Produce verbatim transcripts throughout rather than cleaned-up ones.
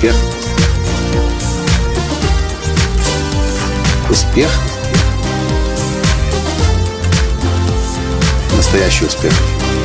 Успех. Успех. Настоящий успех.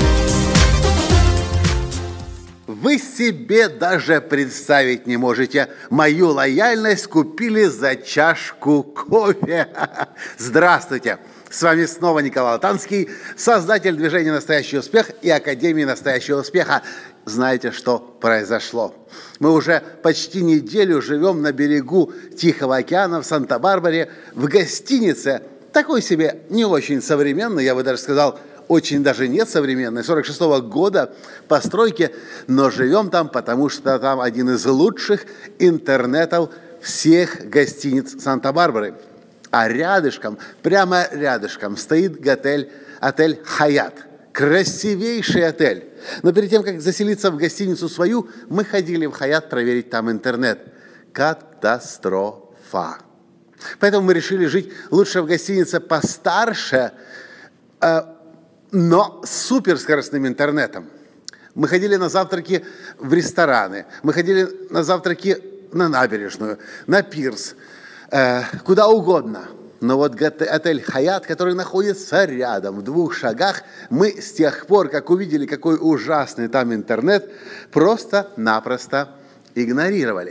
Вы себе даже представить не можете. Мою лояльность купили за чашку кофе. Здравствуйте! С вами снова Николай Латанский, создатель движения «Настоящий успех» и Академии «Настоящего успеха». Знаете, что произошло? Мы уже почти неделю живем на берегу Тихого океана в Санта-Барбаре в гостинице, такой себе не очень современной, я бы даже сказал, очень даже не современной, сорок шестого года постройки, но живем там, потому что там один из лучших интернетов всех гостиниц Санта-Барбары. А рядышком, прямо рядышком стоит отель, отель «Хаят». Красивейший отель. Но перед тем, как заселиться в гостиницу свою, мы ходили в «Хаят» проверить там интернет. Катастрофа. Поэтому мы решили жить лучше в гостинице постарше, э, но с суперскоростным интернетом. Мы ходили на завтраки в рестораны, мы ходили на завтраки на набережную, на пирс, э, куда угодно. Но вот отель «Хаят», который находится рядом, в двух шагах, мы с тех пор, как увидели, какой ужасный там интернет, просто-напросто игнорировали.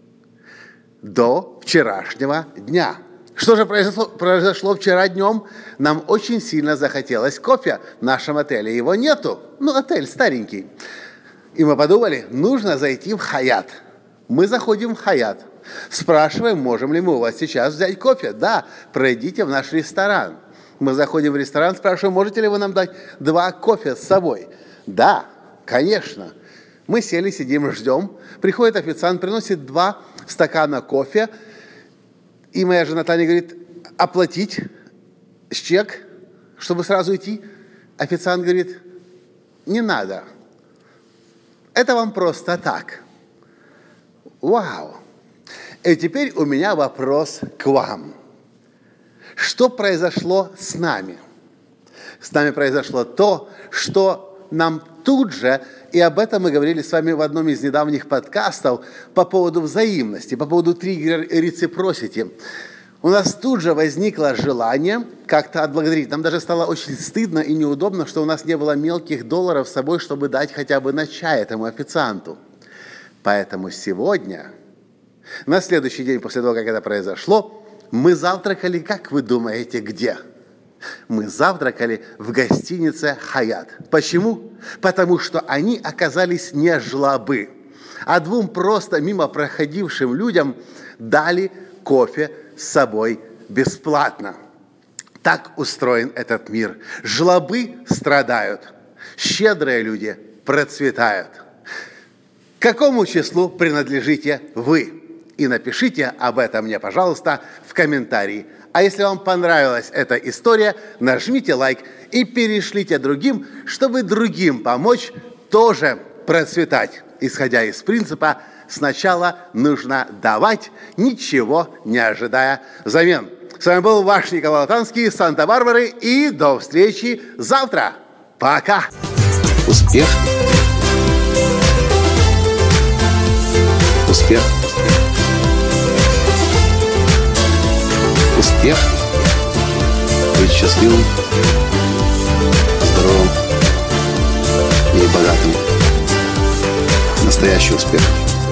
До вчерашнего дня. Что же произошло, произошло вчера днем? Нам очень сильно захотелось кофе в нашем отеле. Его нету. Ну, отель старенький. И мы подумали, нужно зайти в «Хаят». Мы заходим в «Хаят». Спрашиваем, можем ли мы у вас сейчас взять кофе. Да, пройдите в наш ресторан. Мы заходим в ресторан, спрашиваем, можете ли вы нам дать два кофе с собой. Да, конечно. Мы сели, сидим, ждем. Приходит официант, приносит два стакана кофе. И моя жена Таня говорит, оплатить чек, чтобы сразу идти. Официант говорит, не надо. Это вам просто так. Вау! И теперь у меня вопрос к вам. Что произошло с нами? С нами произошло то, что нам тут же, и об этом мы говорили с вами в одном из недавних подкастов по поводу взаимности, по поводу триггер reciprocity. У нас тут же возникло желание как-то отблагодарить. Нам даже стало очень стыдно и неудобно, что у нас не было мелких долларов с собой, чтобы дать хотя бы на чай этому официанту. Поэтому сегодня, на следующий день после того, как это произошло, мы завтракали, как вы думаете, где? Мы завтракали в гостинице «Хаят». Почему? Потому что они оказались не жлобы, а двум просто мимо проходившим людям дали кофе с собой бесплатно. Так устроен этот мир. Жлобы страдают, щедрые люди процветают. К какому числу принадлежите вы? И напишите об этом мне, пожалуйста, в комментарии. А если вам понравилась эта история, нажмите лайк и перешлите другим, чтобы другим помочь тоже процветать, исходя из принципа «сначала нужно давать, ничего не ожидая взамен». С вами был ваш Николай Латанский из Санта-Барбары, и до встречи завтра. Пока! Успех! Успех! Успех! Быть счастливым, здоровым и богатым. Настоящий успех!